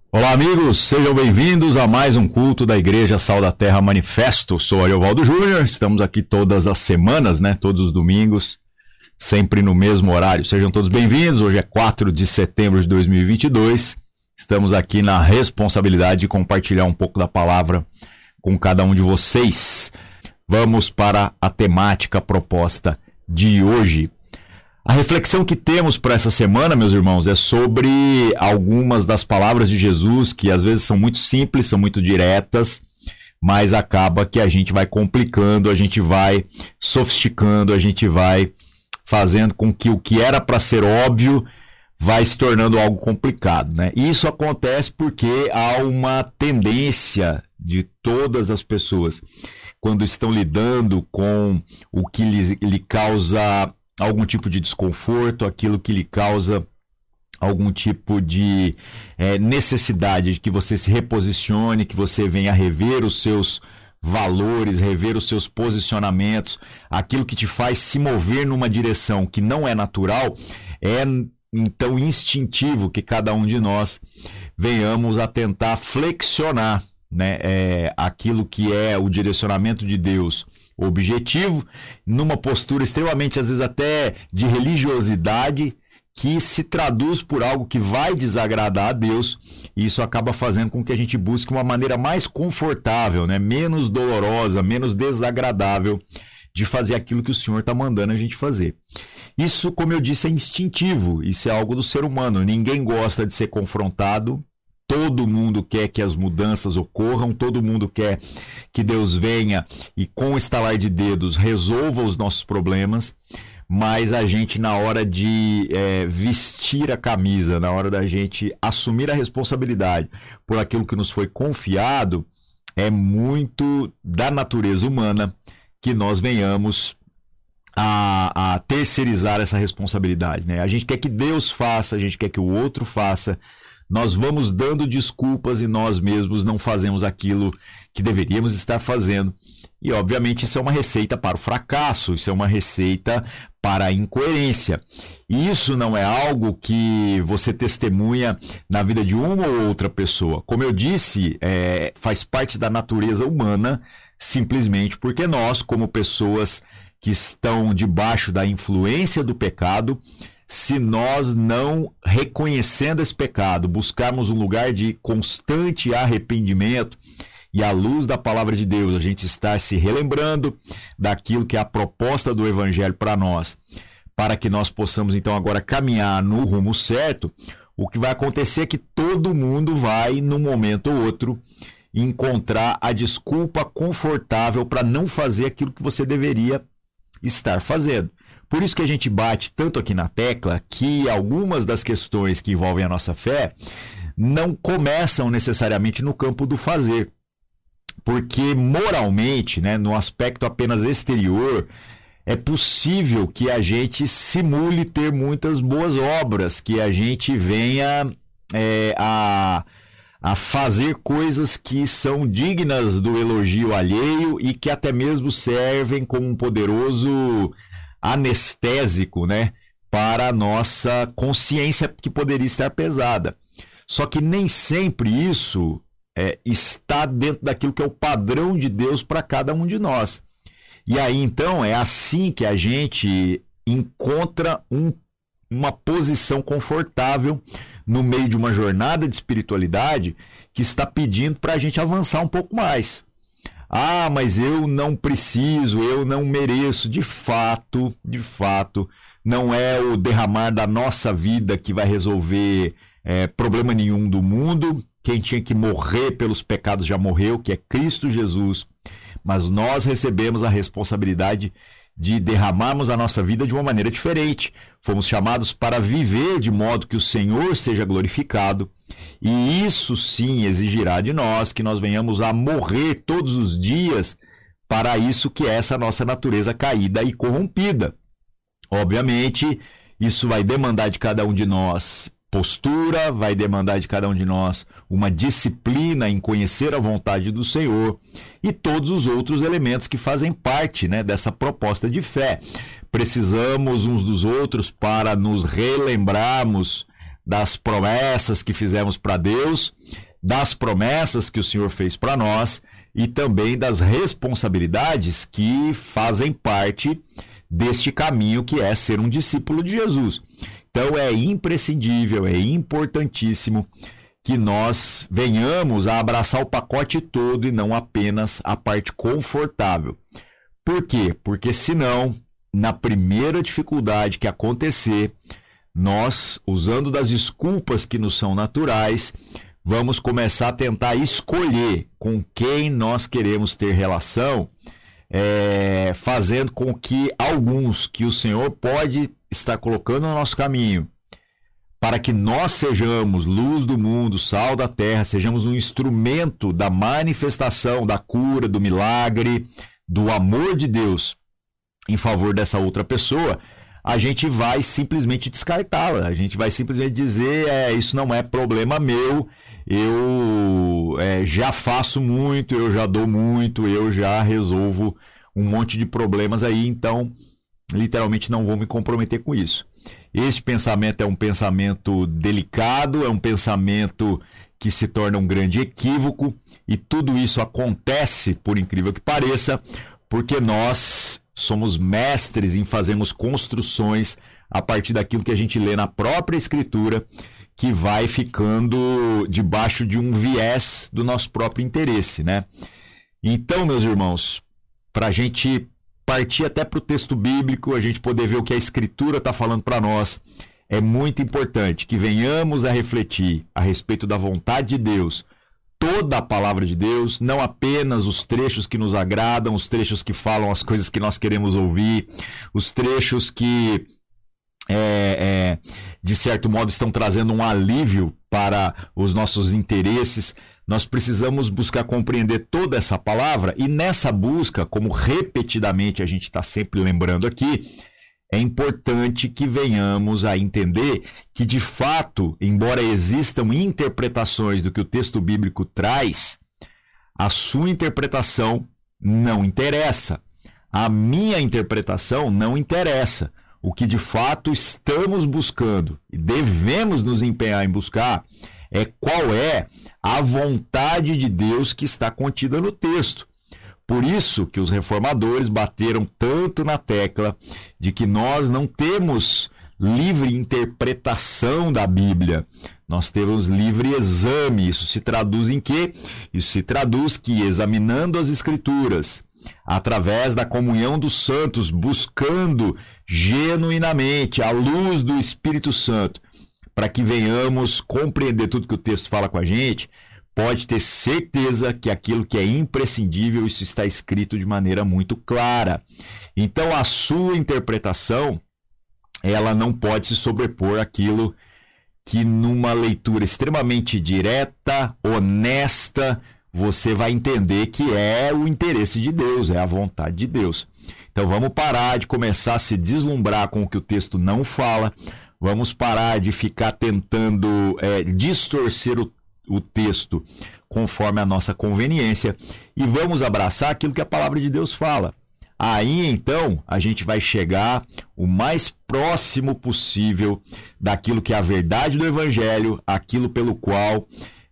Olá, amigos, sejam bem-vindos a mais um culto da Igreja Sal da Terra Manifesto. Sou Ariovaldo Júnior, estamos aqui todas as semanas, todos os domingos, sempre no mesmo horário. Sejam todos bem-vindos, hoje é 4 de setembro de 2022, estamos aqui na responsabilidade de compartilhar um pouco da palavra com cada um de vocês. Vamos para a temática proposta de hoje. A reflexão que temos para essa semana, meus irmãos, é sobre algumas das palavras de Jesus que às vezes são muito simples, são muito diretas, mas acaba que a gente vai complicando, a gente vai sofisticando, a gente vai fazendo com que o que era para ser óbvio vai se tornando algo complicado, né? E isso acontece porque há uma tendência de todas as pessoas, quando estão lidando com o que lhe causa algum tipo de desconforto, aquilo que lhe causa algum tipo de necessidade de que você se reposicione, que você venha rever os seus valores, rever os seus posicionamentos, aquilo que te faz se mover numa direção que não é natural, é então instintivo que cada um de nós venhamos a tentar flexionar, aquilo que é o direcionamento de Deus objetivo, numa postura extremamente, às vezes até de religiosidade, que se traduz por algo que vai desagradar a Deus, e isso acaba fazendo com que a gente busque uma maneira mais confortável, menos dolorosa, menos desagradável de fazer aquilo que o Senhor está mandando a gente fazer. Isso, como eu disse, é instintivo, isso é algo do ser humano, ninguém gosta de ser confrontado. Todo mundo quer que as mudanças ocorram, todo mundo quer que Deus venha e com o estalar de dedos resolva os nossos problemas, mas a gente, na hora de vestir a camisa, na hora da gente assumir a responsabilidade por aquilo que nos foi confiado, é muito da natureza humana que nós venhamos a terceirizar essa responsabilidade, A gente quer que Deus faça, a gente quer que o outro faça. Nós vamos dando desculpas e nós mesmos não fazemos aquilo que deveríamos estar fazendo. E, obviamente, isso é uma receita para o fracasso, isso é uma receita para a incoerência. E isso não é algo que você testemunha na vida de uma ou outra pessoa. Como eu disse, faz parte da natureza humana, simplesmente porque nós, como pessoas que estão debaixo da influência do pecado, se nós não, reconhecendo esse pecado, buscarmos um lugar de constante arrependimento e à luz da palavra de Deus, a gente está se relembrando daquilo que é a proposta do Evangelho para nós, para que nós possamos então agora caminhar no rumo certo, o que vai acontecer é que todo mundo vai, num momento ou outro, encontrar a desculpa confortável para não fazer aquilo que você deveria estar fazendo. Por isso que a gente bate tanto aqui na tecla que algumas das questões que envolvem a nossa fé não começam necessariamente no campo do fazer. Porque moralmente, no aspecto apenas exterior, é possível que a gente simule ter muitas boas obras, que a gente venha a fazer coisas que são dignas do elogio alheio e que até mesmo servem como um poderoso anestésico, para a nossa consciência que poderia estar pesada. Só que nem sempre isso está dentro daquilo que é o padrão de Deus para cada um de nós. E aí, então, é assim que a gente encontra uma posição confortável no meio de uma jornada de espiritualidade que está pedindo para a gente avançar um pouco mais. Ah, mas eu não preciso, eu não mereço. De fato, não é o derramar da nossa vida que vai resolver problema nenhum do mundo. Quem tinha que morrer pelos pecados já morreu, que é Cristo Jesus. Mas nós recebemos a responsabilidade de derramarmos a nossa vida de uma maneira diferente. Fomos chamados para viver de modo que o Senhor seja glorificado. E isso sim exigirá de nós que nós venhamos a morrer todos os dias para isso que é essa nossa natureza caída e corrompida. Obviamente, isso vai demandar de cada um de nós postura, vai demandar de cada um de nós uma disciplina em conhecer a vontade do Senhor e todos os outros elementos que fazem parte, dessa proposta de fé. Precisamos uns dos outros para nos relembrarmos das promessas que fizemos para Deus, das promessas que o Senhor fez para nós e também das responsabilidades que fazem parte deste caminho que é ser um discípulo de Jesus. Então é imprescindível, é importantíssimo que nós venhamos a abraçar o pacote todo e não apenas a parte confortável. Por quê? Porque senão, na primeira dificuldade que acontecer, nós, usando das desculpas que nos são naturais, vamos começar a tentar escolher com quem nós queremos ter relação, fazendo com que alguns que o Senhor pode estar colocando no nosso caminho, para que nós sejamos luz do mundo, sal da terra, sejamos um instrumento da manifestação, da cura, do milagre, do amor de Deus em favor dessa outra pessoa, a gente vai simplesmente descartá-la. A gente vai simplesmente dizer, isso não é problema meu, eu já faço muito, eu já dou muito, eu já resolvo um monte de problemas aí, então literalmente não vou me comprometer com isso. Esse pensamento é um pensamento delicado, é um pensamento que se torna um grande equívoco, e tudo isso acontece, por incrível que pareça, porque nós somos mestres em fazermos construções a partir daquilo que a gente lê na própria Escritura, que vai ficando debaixo de um viés do nosso próprio interesse, né? Então, meus irmãos, para a gente partir até para o texto bíblico, a gente poder ver o que a Escritura está falando para nós, é muito importante que venhamos a refletir a respeito da vontade de Deus, toda a palavra de Deus, não apenas os trechos que nos agradam, os trechos que falam as coisas que nós queremos ouvir, os trechos que, de certo modo, estão trazendo um alívio para os nossos interesses. Nós precisamos buscar compreender toda essa palavra, e nessa busca, como repetidamente a gente está sempre lembrando aqui, é importante que venhamos a entender que, de fato, embora existam interpretações do que o texto bíblico traz, a sua interpretação não interessa. A minha interpretação não interessa. O que, de fato, estamos buscando e devemos nos empenhar em buscar é qual é a vontade de Deus que está contida no texto. Por isso que os reformadores bateram tanto na tecla de que nós não temos livre interpretação da Bíblia. Nós temos livre exame. Isso se traduz em quê? Isso se traduz que, examinando as Escrituras, através da comunhão dos santos, buscando genuinamente a luz do Espírito Santo, para que venhamos compreender tudo que o texto fala com a gente, pode ter certeza que aquilo que é imprescindível, isso está escrito de maneira muito clara. Então, a sua interpretação, ela não pode se sobrepor àquilo que, numa leitura extremamente direta, honesta, você vai entender que é o interesse de Deus, é a vontade de Deus. Então, vamos parar de começar a se deslumbrar com o que o texto não fala, vamos parar de ficar tentando distorcer o texto conforme a nossa conveniência, e vamos abraçar aquilo que a palavra de Deus fala. Aí, então, a gente vai chegar o mais próximo possível daquilo que é a verdade do Evangelho, aquilo pelo qual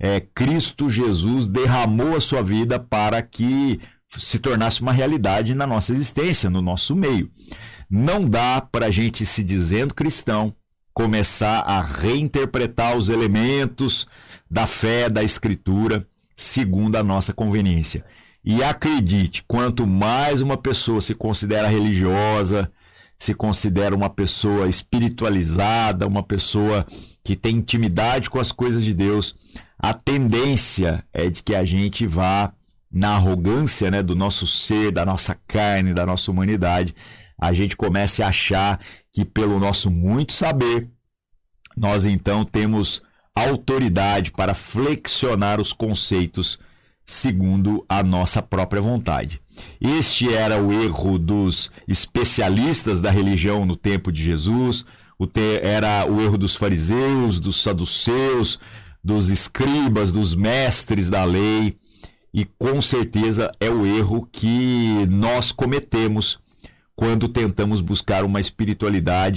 Cristo Jesus derramou a sua vida para que se tornasse uma realidade na nossa existência, no nosso meio. Não dá para a gente, se dizendo cristão, começar a reinterpretar os elementos da fé, da Escritura, segundo a nossa conveniência. E acredite, quanto mais uma pessoa se considera religiosa, se considera uma pessoa espiritualizada, uma pessoa que tem intimidade com as coisas de Deus, a tendência é de que a gente vá, na arrogância, né, do nosso ser, da nossa carne, da nossa humanidade, a gente comece a achar que, pelo nosso muito saber, nós então temos autoridade para flexionar os conceitos segundo a nossa própria vontade. Este era o erro dos especialistas da religião no tempo de Jesus, era o erro dos fariseus, dos saduceus, dos escribas, dos mestres da lei, e com certeza é o erro que nós cometemos quando tentamos buscar uma espiritualidade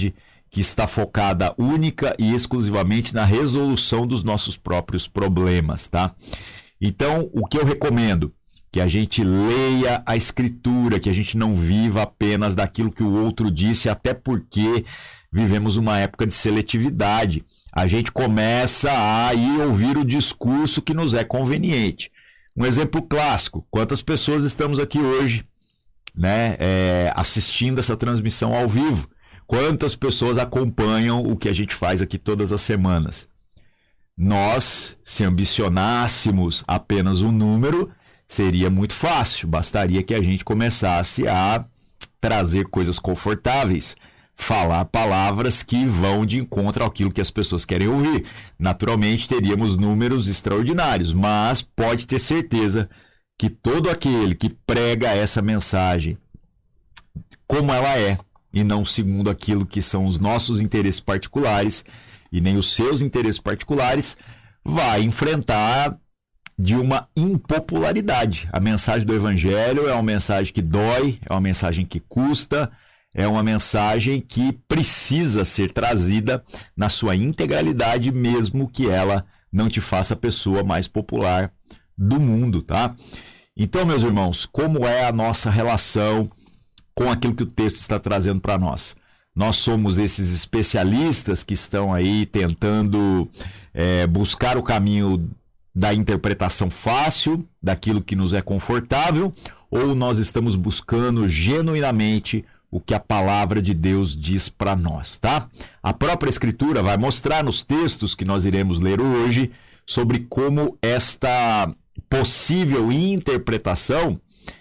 que está focada única e exclusivamente na resolução dos nossos próprios problemas, tá? Então, o que eu recomendo? Que a gente leia a Escritura, que a gente não viva apenas daquilo que o outro disse, até porque vivemos uma época de seletividade. A gente começa a ir ouvir o discurso que nos é conveniente. Um exemplo clássico: quantas pessoas estamos aqui hoje, né, assistindo essa transmissão ao vivo? Quantas pessoas acompanham o que a gente faz aqui todas as semanas? Nós, se ambicionássemos apenas um número, seria muito fácil. Bastaria que a gente começasse a trazer coisas confortáveis, falar palavras que vão de encontro àquilo que as pessoas querem ouvir. Naturalmente, teríamos números extraordinários, mas pode ter certeza que todo aquele que prega essa mensagem como ela é, e não segundo aquilo que são os nossos interesses particulares e nem os seus interesses particulares, vai enfrentar de uma impopularidade. A mensagem do Evangelho é uma mensagem que dói, é uma mensagem que custa, é uma mensagem que precisa ser trazida na sua integralidade, mesmo que ela não te faça a pessoa mais popular do mundo, tá? Então, meus irmãos, como é a nossa relação com aquilo que o texto está trazendo para nós? Nós somos esses especialistas que estão aí tentando buscar o caminho da interpretação fácil, daquilo que nos é confortável, ou nós estamos buscando genuinamente o que a palavra de Deus diz para nós, tá? A própria Escritura vai mostrar nos textos que nós iremos ler hoje sobre como esta possível interpretação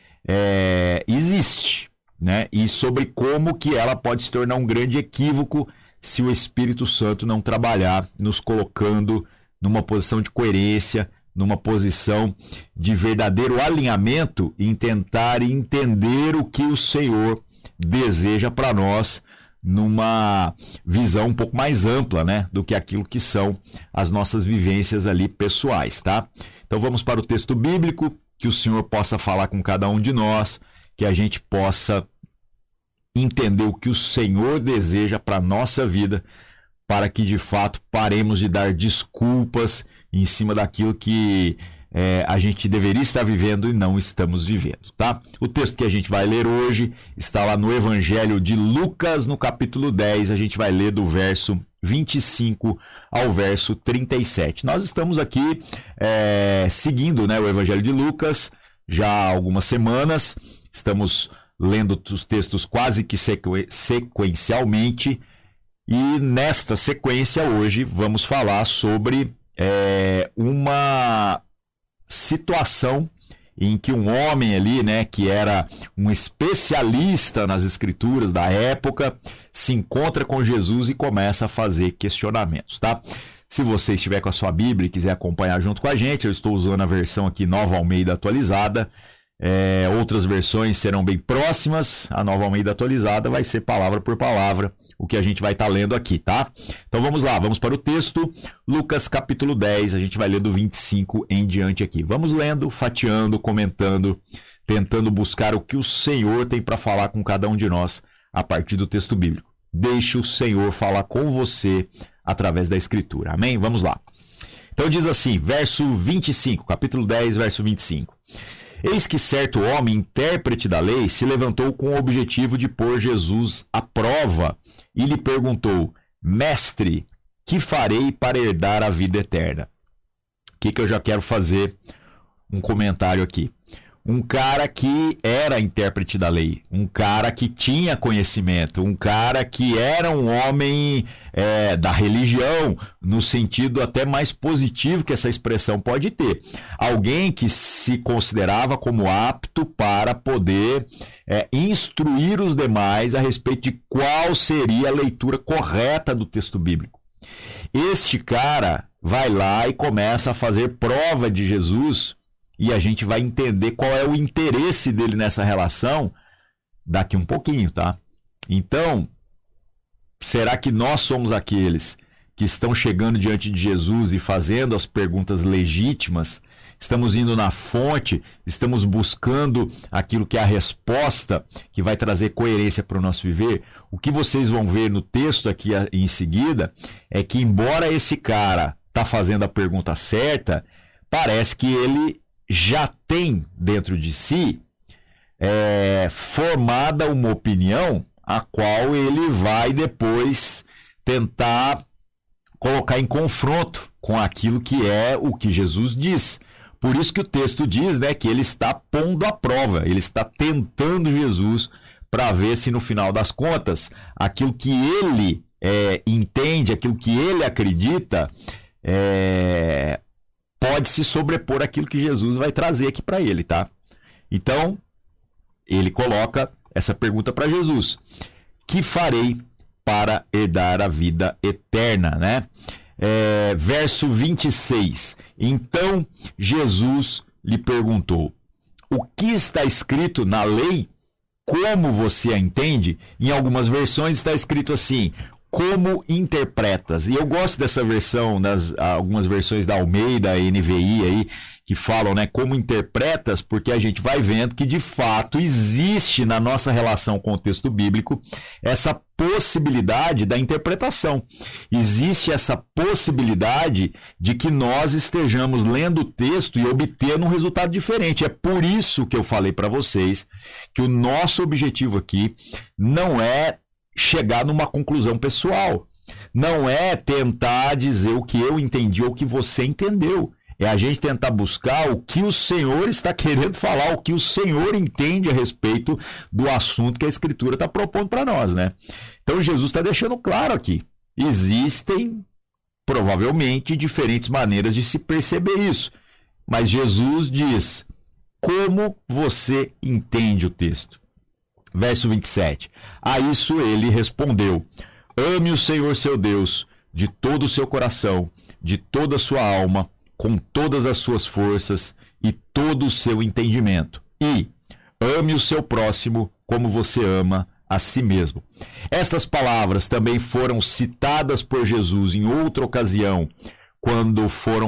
existe, né? E sobre como que ela pode se tornar um grande equívoco se o Espírito Santo não trabalhar, nos colocando numa posição de coerência, numa posição de verdadeiro alinhamento em tentar entender o que o Senhor deseja para nós numa visão um pouco mais ampla, né, do que aquilo que são as nossas vivências ali pessoais, tá? Então vamos para o texto bíblico, que o Senhor possa falar com cada um de nós, que a gente possa entender o que o Senhor deseja para a nossa vida, para que de fato paremos de dar desculpas em cima daquilo que a gente deveria estar vivendo e não estamos vivendo, tá? O texto que a gente vai ler hoje está lá no Evangelho de Lucas, no capítulo 10, a gente vai ler do verso 25 ao verso 37. Nós estamos aqui seguindo, né, o Evangelho de Lucas já há algumas semanas, estamos lendo os textos quase que sequencialmente, e nesta sequência hoje vamos falar sobre uma situação em que um homem ali, né, que era um especialista nas escrituras da época, se encontra com Jesus e começa a fazer questionamentos, tá? Se você estiver com a sua Bíblia e quiser acompanhar junto com a gente, eu estou usando a versão aqui Nova Almeida atualizada. Outras versões serão bem próximas. A Nova Almeida atualizada vai ser palavra por palavra o que a gente vai estar lendo aqui, tá? Então vamos lá, vamos para o texto. Lucas capítulo 10, a gente vai ler do 25 em diante aqui. Vamos lendo, fatiando, comentando, tentando buscar o que o Senhor tem para falar com cada um de nós a partir do texto bíblico. Deixe o Senhor falar com você através da Escritura. Amém? Vamos lá. Então diz assim, verso 25, capítulo 10, verso 25. Eis que certo homem, intérprete da lei, se levantou com o objetivo de pôr Jesus à prova e lhe perguntou: Mestre, que farei para herdar a vida eterna? O que eu já quero fazer um comentário aqui? Um cara que era intérprete da lei, um cara que tinha conhecimento, um cara que era um homem da religião, no sentido até mais positivo que essa expressão pode ter. Alguém que se considerava como apto para poder instruir os demais a respeito de qual seria a leitura correta do texto bíblico. Este cara vai lá e começa a fazer prova de Jesus. E a gente vai entender qual é o interesse dele nessa relação daqui um pouquinho, tá? Então, será que nós somos aqueles que estão chegando diante de Jesus e fazendo as perguntas legítimas, estamos indo na fonte, estamos buscando aquilo que é a resposta que vai trazer coerência para o nosso viver. O que vocês vão ver no texto aqui em seguida é que, embora esse cara está fazendo a pergunta certa, parece que ele já tem dentro de si formada uma opinião a qual ele vai depois tentar colocar em confronto com aquilo que é o que Jesus diz. Por isso que o texto diz, né, que ele está pondo à prova, ele está tentando Jesus para ver se no final das contas aquilo que ele entende, aquilo que ele acredita, pode se sobrepor àquilo que Jesus vai trazer aqui para ele, tá? Então, ele coloca essa pergunta para Jesus: que farei para herdar a vida eterna, né? Verso 26. Então Jesus lhe perguntou: o que está escrito na lei? Como você a entende? Em algumas versões está escrito assim: como interpretas? E eu gosto dessa versão, algumas versões da Almeida, NVI aí, que falam, né, como interpretas, porque a gente vai vendo que de fato existe na nossa relação com o texto bíblico essa possibilidade da interpretação. Existe essa possibilidade de que nós estejamos lendo o texto e obtendo um resultado diferente. É por isso que eu falei para vocês que o nosso objetivo aqui não é chegar numa conclusão pessoal, não é tentar dizer o que eu entendi ou o que você entendeu. É a gente tentar buscar o que o Senhor está querendo falar, o que o Senhor entende a respeito do assunto que a Escritura está propondo para nós, né? Então Jesus está deixando claro aqui: existem provavelmente diferentes maneiras de se perceber isso, mas Jesus diz: como você entende o texto? Verso 27. A isso ele respondeu: ame o Senhor seu Deus de todo o seu coração, de toda a sua alma, com todas as suas forças e todo o seu entendimento. E ame o seu próximo como você ama a si mesmo. Estas palavras também foram citadas por Jesus em outra ocasião, quando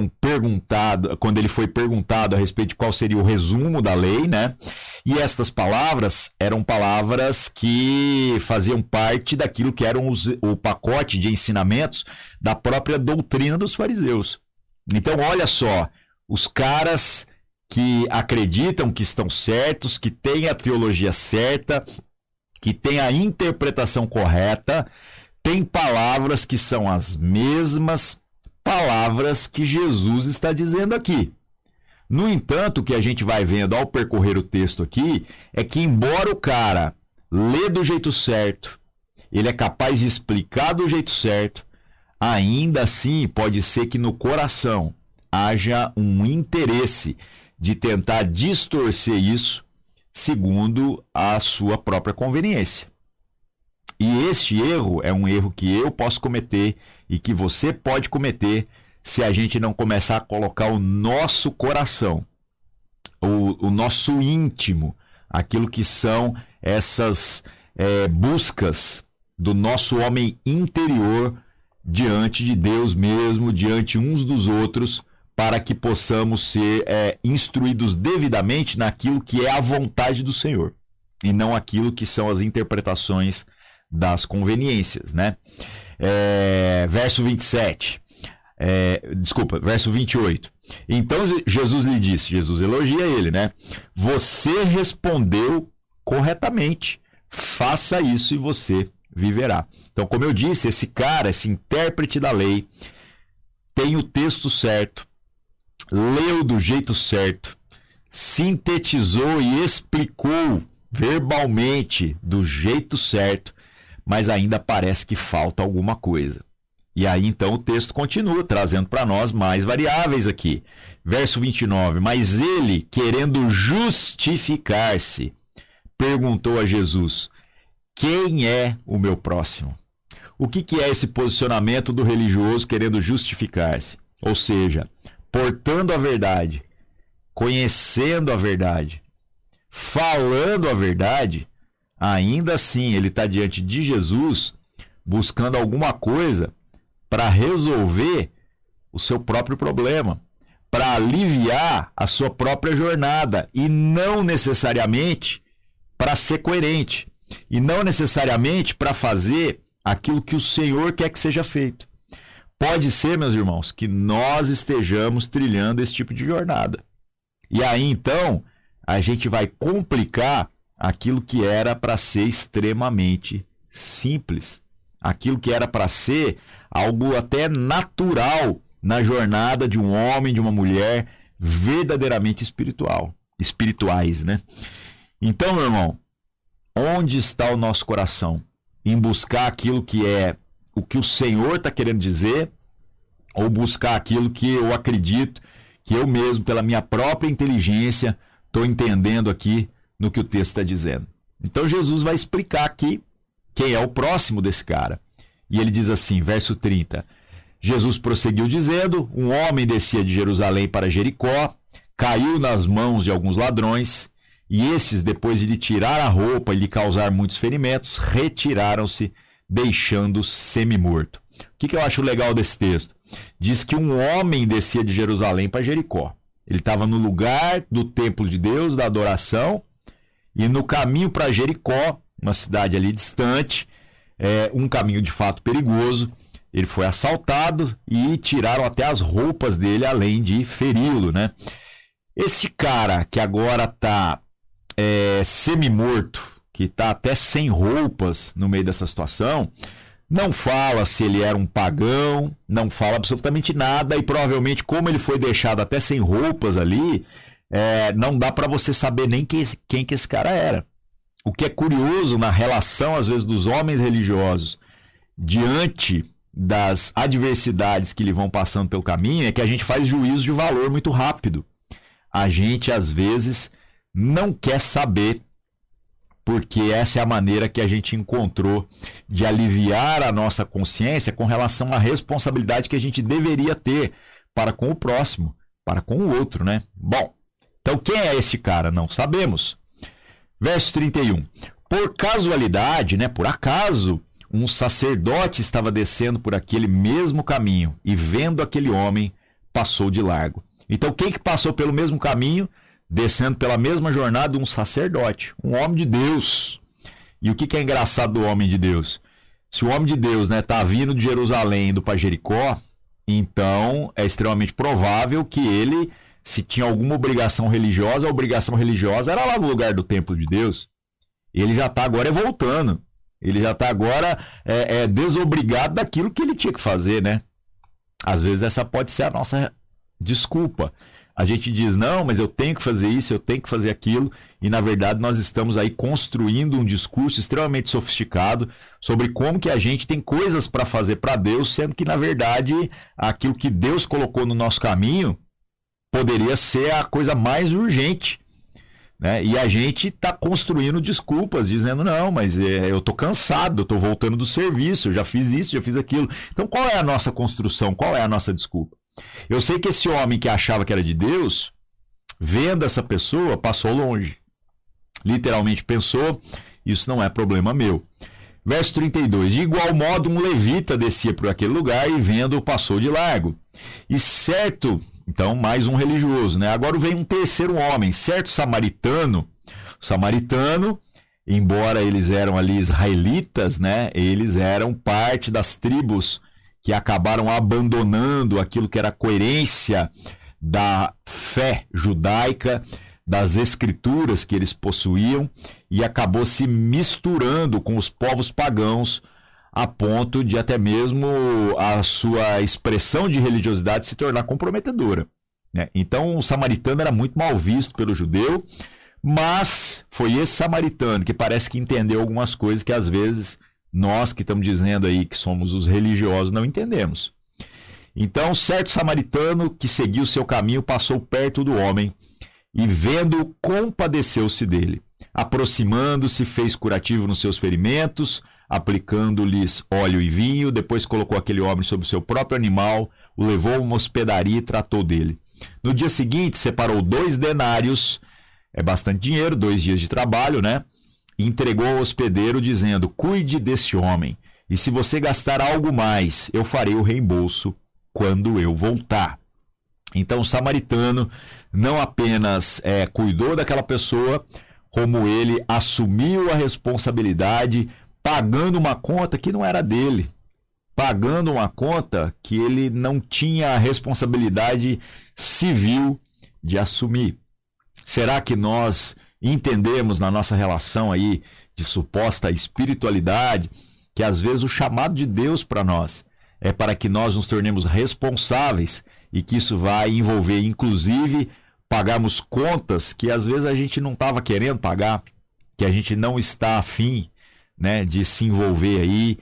ele foi perguntado a respeito de qual seria o resumo da lei, né? E estas palavras eram palavras que faziam parte daquilo que era o pacote de ensinamentos da própria doutrina dos fariseus. Então, olha só, os caras que acreditam que estão certos, que têm a teologia certa, que têm a interpretação correta, têm palavras que são as mesmas palavras que Jesus está dizendo aqui. No entanto, o que a gente vai vendo ao percorrer o texto aqui é que, embora o cara lê do jeito certo, ele é capaz de explicar do jeito certo, ainda assim pode ser que no coração haja um interesse de tentar distorcer isso segundo a sua própria conveniência. E este erro é um erro que eu posso cometer e que você pode cometer se a gente não começar a colocar o nosso coração, o nosso íntimo, aquilo que são essas buscas do nosso homem interior diante de Deus mesmo, diante uns dos outros, para que possamos ser instruídos devidamente naquilo que é a vontade do Senhor e não aquilo que são as interpretações das conveniências, né? Verso 27. Verso 28. Então Jesus lhe disse, Jesus elogia ele, né? Você respondeu corretamente. Faça isso e você viverá. Então, como eu disse, esse cara, esse intérprete da lei, tem o texto certo, leu do jeito certo, sintetizou e explicou verbalmente do jeito certo, mas ainda parece que falta alguma coisa. E aí, então, o texto continua trazendo para nós mais variáveis aqui. Verso 29. Mas ele, querendo justificar-se, perguntou a Jesus: quem é o meu próximo? O que é esse posicionamento do religioso querendo justificar-se? Ou seja, portando a verdade, conhecendo a verdade, falando a verdade, ainda assim ele está diante de Jesus buscando alguma coisa para resolver o seu próprio problema, para aliviar a sua própria jornada e não necessariamente para ser coerente e não necessariamente para fazer aquilo que o Senhor quer que seja feito. Pode ser, meus irmãos, que nós estejamos trilhando esse tipo de jornada. E aí, então, a gente vai complicar aquilo que era para ser extremamente simples. Aquilo que era para ser algo até natural na jornada de um homem, de uma mulher verdadeiramente espirituais, né? Então, meu irmão, onde está o nosso coração? Em buscar aquilo que é o que o Senhor está querendo dizer, ou buscar aquilo que eu acredito, que eu mesmo, pela minha própria inteligência, estou entendendo aqui no que o texto está dizendo. Então Jesus vai explicar aqui quem é o próximo desse cara. E ele diz assim, verso 30, Jesus prosseguiu dizendo, um homem descia de Jerusalém para Jericó, caiu nas mãos de alguns ladrões, e esses, depois de lhe tirar a roupa e lhe causar muitos ferimentos, retiraram-se, deixando semi-morto. O que eu acho legal desse texto? Diz que um homem descia de Jerusalém para Jericó. Ele estava no lugar do templo de Deus, da adoração, e no caminho para Jericó, uma cidade ali distante, um caminho de fato perigoso, ele foi assaltado e tiraram até as roupas dele, além de feri-lo, né? Esse cara que agora está semi-morto, que está até sem roupas no meio dessa situação, não fala se ele era um pagão, não fala absolutamente nada, e provavelmente, como ele foi deixado até sem roupas ali, não dá para você saber nem quem que esse cara era. O que é curioso na relação, às vezes, dos homens religiosos diante das adversidades que lhe vão passando pelo caminho, é que a gente faz juízo de valor muito rápido. A gente, às vezes, não quer saber, porque essa é a maneira que a gente encontrou de aliviar a nossa consciência com relação à responsabilidade que a gente deveria ter para com o próximo, para com o outro, né? Bom, então quem é esse cara? Não sabemos. Verso 31. Por casualidade, né, por acaso, um sacerdote estava descendo por aquele mesmo caminho e, vendo aquele homem, passou de largo. Então, quem que passou pelo mesmo caminho, descendo pela mesma jornada? Um sacerdote, um homem de Deus. E o que é engraçado do homem de Deus? Se o homem de Deus está vindo de Jerusalém, indo para Jericó, então é extremamente provável que ele, se tinha alguma obrigação religiosa, a obrigação religiosa era lá no lugar do templo de Deus. Ele já está agora voltando. Ele já está agora desobrigado daquilo que ele tinha que fazer, né? Às vezes essa pode ser a nossa desculpa. A gente diz, não, mas eu tenho que fazer isso, eu tenho que fazer aquilo, e na verdade nós estamos aí construindo um discurso extremamente sofisticado sobre como que a gente tem coisas para fazer para Deus, sendo que na verdade aquilo que Deus colocou no nosso caminho poderia ser a coisa mais urgente, né? E a gente está construindo desculpas, dizendo, não, mas eu estou cansado, eu estou voltando do serviço, eu já fiz isso, já fiz aquilo. Então qual é a nossa construção, qual é a nossa desculpa? Eu sei que esse homem que achava que era de Deus, vendo essa pessoa, passou longe. Literalmente pensou, isso não é problema meu. Verso 32. De igual modo, um levita descia por aquele lugar e, vendo-o, passou de largo. E certo, então, mais um religioso, né? Agora vem um terceiro homem, certo samaritano. O samaritano, embora eles eram ali israelitas, né? Eles eram parte das tribos que acabaram abandonando aquilo que era a coerência da fé judaica, das escrituras que eles possuíam, e acabou se misturando com os povos pagãos, a ponto de até mesmo a sua expressão de religiosidade se tornar comprometedora, né? Então o samaritano era muito mal visto pelo judeu, mas foi esse samaritano que parece que entendeu algumas coisas que às vezes nós que estamos dizendo aí que somos os religiosos não entendemos. Então, certo samaritano que seguiu o seu caminho passou perto do homem e, vendo-o, compadeceu-se dele. Aproximando-se, fez curativo nos seus ferimentos, aplicando-lhes óleo e vinho. Depois colocou aquele homem sobre o seu próprio animal, o levou a uma hospedaria e tratou dele. No dia seguinte, separou 2 denários, é bastante dinheiro, 2 dias de trabalho, né? E entregou ao hospedeiro, dizendo, cuide desse homem. E se você gastar algo mais, eu farei o reembolso quando eu voltar. Então o samaritano não apenas cuidou daquela pessoa, como ele assumiu a responsabilidade, pagando uma conta que não era dele. Pagando uma conta que ele não tinha a responsabilidade civil de assumir. Será que nós entendemos na nossa relação aí de suposta espiritualidade que às vezes o chamado de Deus para nós é para que nós nos tornemos responsáveis e que isso vai envolver, inclusive, pagarmos contas que às vezes a gente não estava querendo pagar, que a gente não está afim, né, de se envolver aí,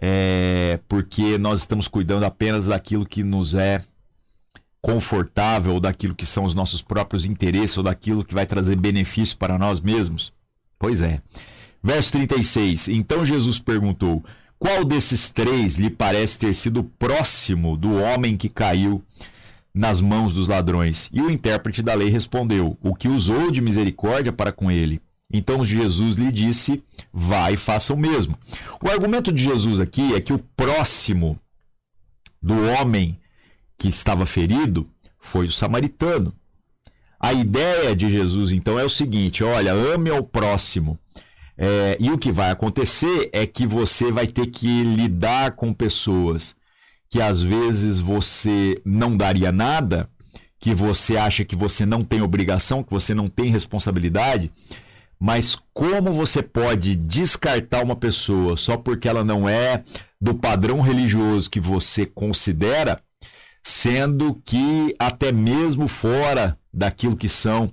porque nós estamos cuidando apenas daquilo que nos é confortável, ou daquilo que são os nossos próprios interesses, ou daquilo que vai trazer benefício para nós mesmos? Pois é. Verso 36. Então Jesus perguntou: qual desses três lhe parece ter sido próximo do homem que caiu nas mãos dos ladrões? E o intérprete da lei respondeu: o que usou de misericórdia para com ele. Então Jesus lhe disse: vá e faça o mesmo. O argumento de Jesus aqui é que o próximo do homem que estava ferido foi o samaritano. A ideia de Jesus, então, é o seguinte: olha, ame ao próximo. E o que vai acontecer é que você vai ter que lidar com pessoas que às vezes você não daria nada, que você acha que você não tem obrigação, que você não tem responsabilidade, mas como você pode descartar uma pessoa só porque ela não é do padrão religioso que você considera, sendo que até mesmo fora daquilo que são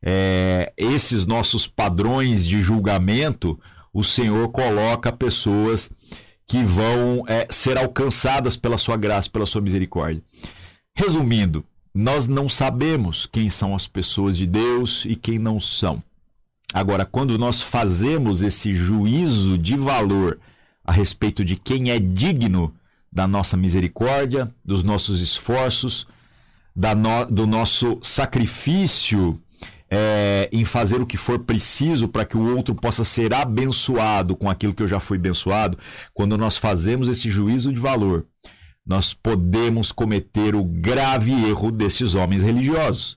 esses nossos padrões de julgamento, o Senhor coloca pessoas que vão ser alcançadas pela sua graça, pela sua misericórdia. Resumindo, nós não sabemos quem são as pessoas de Deus e quem não são. Agora, quando nós fazemos esse juízo de valor a respeito de quem é digno da nossa misericórdia, dos nossos esforços, do nosso sacrifício em fazer o que for preciso para que o outro possa ser abençoado com aquilo que eu já fui abençoado, quando nós fazemos esse juízo de valor, nós podemos cometer o grave erro desses homens religiosos.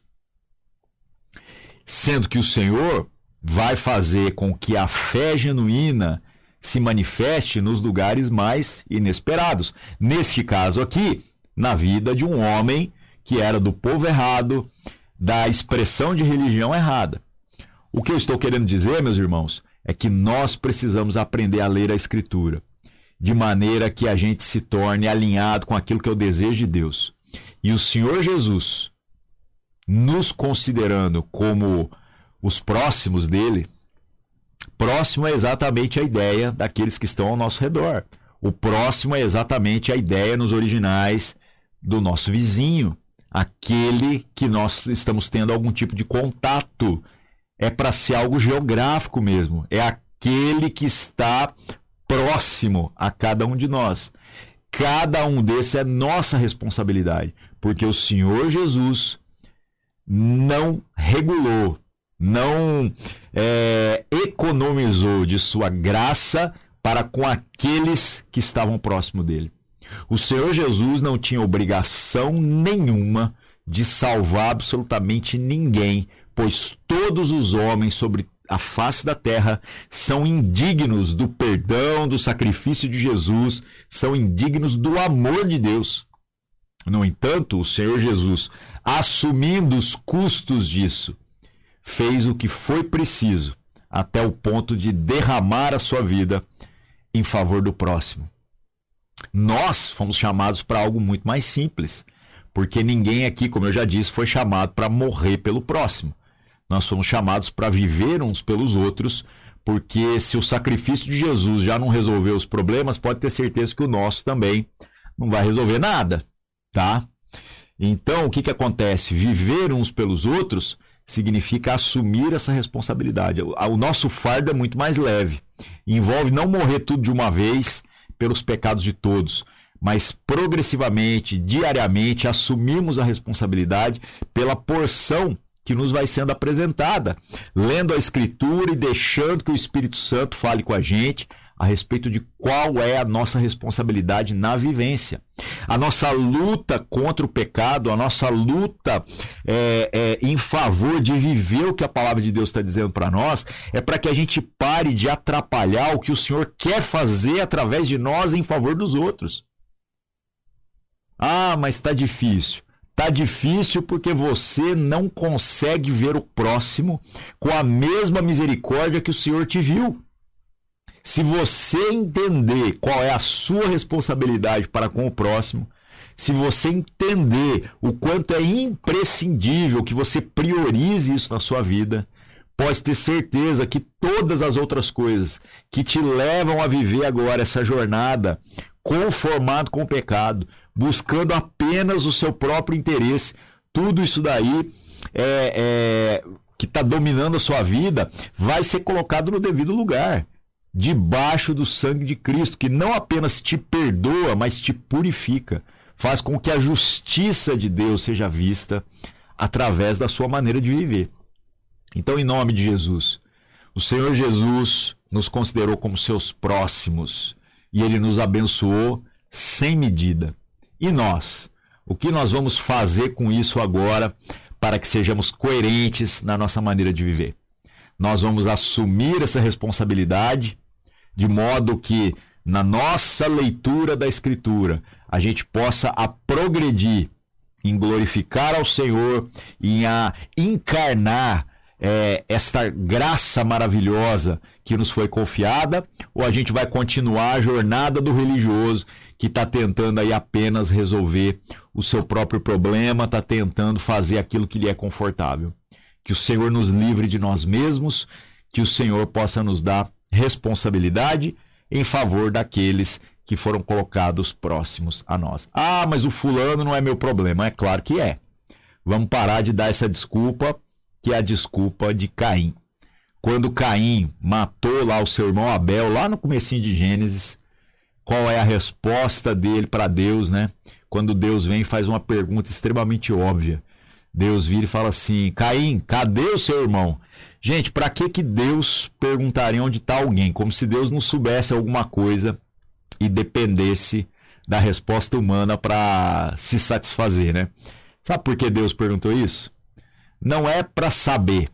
Sendo que o Senhor vai fazer com que a fé genuína se manifeste nos lugares mais inesperados. Neste caso aqui, na vida de um homem que era do povo errado, da expressão de religião errada. O que eu estou querendo dizer, meus irmãos, é que nós precisamos aprender a ler a Escritura, de maneira que a gente se torne alinhado com aquilo que é o desejo de Deus. E o Senhor Jesus, nos considerando como os próximos dele, próximo é exatamente a ideia daqueles que estão ao nosso redor. O próximo é exatamente a ideia nos originais do nosso vizinho, aquele que nós estamos tendo algum tipo de contato. É para ser algo geográfico mesmo. É aquele que está próximo a cada um de nós. Cada um desses é nossa responsabilidade, porque o Senhor Jesus não regulou, não economizou de sua graça para com aqueles que estavam próximo dele. O Senhor Jesus não tinha obrigação nenhuma de salvar absolutamente ninguém, pois todos os homens sobre a face da terra são indignos do perdão, do sacrifício de Jesus, são indignos do amor de Deus. No entanto, o Senhor Jesus, assumindo os custos disso, fez o que foi preciso até o ponto de derramar a sua vida em favor do próximo. Nós fomos chamados para algo muito mais simples, porque ninguém aqui, como eu já disse, foi chamado para morrer pelo próximo. Nós fomos chamados para viver uns pelos outros, porque se o sacrifício de Jesus já não resolveu os problemas, pode ter certeza que o nosso também não vai resolver nada, tá? Então, o que acontece? Viver uns pelos outros significa assumir essa responsabilidade. O nosso fardo é muito mais leve. Envolve não morrer tudo de uma vez pelos pecados de todos, mas progressivamente, diariamente, assumirmos a responsabilidade pela porção que nos vai sendo apresentada, lendo a Escritura e deixando que o Espírito Santo fale com a a respeito de qual é a nossa responsabilidade na vivência. A nossa luta contra o pecado, a nossa luta em favor de viver o que a palavra de Deus está dizendo para nós, é para que a gente pare de atrapalhar o que o Senhor quer fazer através de nós em favor dos outros. Ah, mas está difícil. Está difícil porque você não consegue ver o próximo com a mesma misericórdia que o Senhor te viu. Se você entender qual é a sua responsabilidade para com o próximo, se você entender o quanto é imprescindível que você priorize isso na sua vida, pode ter certeza que todas as outras coisas que te levam a viver agora essa jornada conformado com o pecado, buscando apenas o seu próprio interesse, tudo isso daí que está dominando a sua vida vai ser colocado no devido lugar, debaixo do sangue de Cristo, que não apenas te perdoa, mas te purifica, faz com que a justiça de Deus seja vista através da sua maneira de viver. Então, em nome de Jesus, o Senhor Jesus nos considerou como seus próximos e Ele nos abençoou sem medida. E nós? O que nós vamos fazer com isso agora para que sejamos coerentes na nossa maneira de viver? Nós vamos assumir essa responsabilidade de modo que na nossa leitura da Escritura a gente possa progredir em glorificar ao Senhor, em encarnar esta graça maravilhosa que nos foi confiada, ou a gente vai continuar a jornada do religioso que está tentando aí apenas resolver o seu próprio problema, está tentando fazer aquilo que lhe é confortável. Que o Senhor nos livre de nós mesmos, que o Senhor possa nos dar responsabilidade em favor daqueles que foram colocados próximos a nós. Ah, mas o fulano não é meu problema. É claro que é. Vamos parar de dar essa desculpa, que é a desculpa de Caim. Quando Caim matou lá o seu irmão Abel, lá no comecinho de Gênesis, qual é a resposta dele para Deus, né? Quando Deus vem e faz uma pergunta extremamente óbvia. Deus vira e fala assim: Caim, cadê o seu irmão? Gente, para que Deus perguntaria onde está alguém? Como se Deus não soubesse alguma coisa e dependesse da resposta humana para se satisfazer, né? Sabe por que Deus perguntou isso? Não é para saber,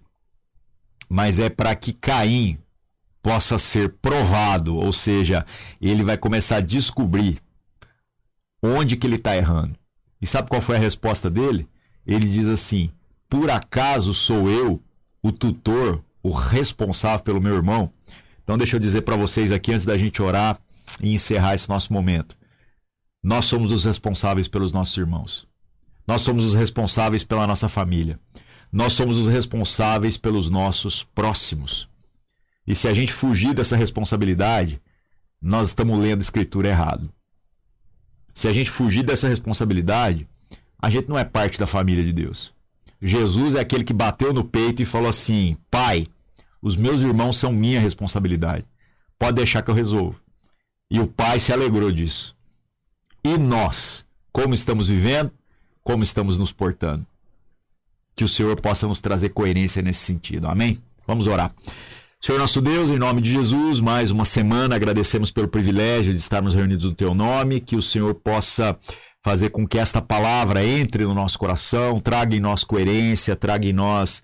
mas é para que Caim possa ser provado, ou seja, ele vai começar a descobrir onde que ele está errando. E sabe qual foi a resposta dele? Ele diz assim: por acaso sou eu o tutor, o responsável pelo meu irmão? Então deixa eu dizer para vocês aqui, antes da gente orar e encerrar esse nosso momento. Nós somos os responsáveis pelos nossos irmãos. Nós somos os responsáveis pela nossa família. Nós somos os responsáveis pelos nossos próximos. E se a gente fugir dessa responsabilidade, nós estamos lendo a Escritura errado. Se a gente fugir dessa responsabilidade, a gente não é parte da família de Deus. Jesus é aquele que bateu no peito e falou assim: Pai, os meus irmãos são minha responsabilidade. Pode deixar que eu resolvo. E o Pai se alegrou disso. E nós, como estamos vivendo, como estamos nos portando? Que o Senhor possa nos trazer coerência nesse sentido. Amém? Vamos orar. Senhor nosso Deus, em nome de Jesus, mais uma semana, agradecemos pelo privilégio de estarmos reunidos no Teu nome, que o Senhor possa fazer com que esta palavra entre no nosso coração, traga em nós coerência, traga em nós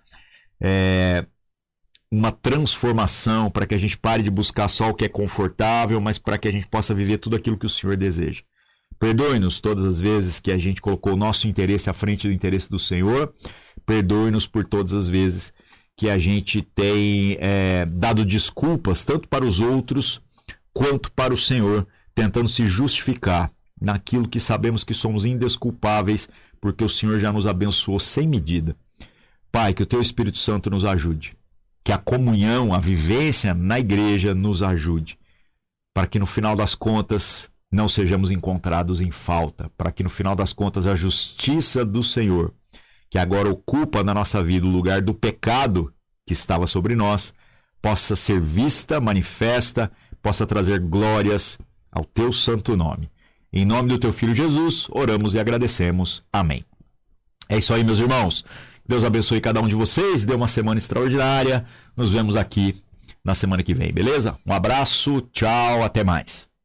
uma transformação, para que a gente pare de buscar só o que é confortável, mas para que a gente possa viver tudo aquilo que o Senhor deseja. Perdoe-nos todas as vezes que a gente colocou o nosso interesse à frente do interesse do Senhor. Perdoe-nos por todas as vezes que a gente tem dado desculpas, tanto para os outros quanto para o Senhor, tentando se justificar naquilo que sabemos que somos indesculpáveis, porque o Senhor já nos abençoou sem medida. Pai, que o Teu Espírito Santo nos ajude, que a comunhão, a vivência na igreja nos ajude, para que no final das contas não sejamos encontrados em falta, para que no final das contas a justiça do Senhor, que agora ocupa na nossa vida o lugar do pecado que estava sobre nós, possa ser vista, manifesta, possa trazer glórias ao Teu santo nome. Em nome do Teu Filho Jesus, oramos e agradecemos. Amém. É isso aí, meus irmãos. Deus abençoe cada um de vocês, dê uma semana extraordinária. Nos vemos aqui na semana que vem, beleza? Um abraço, tchau, até mais.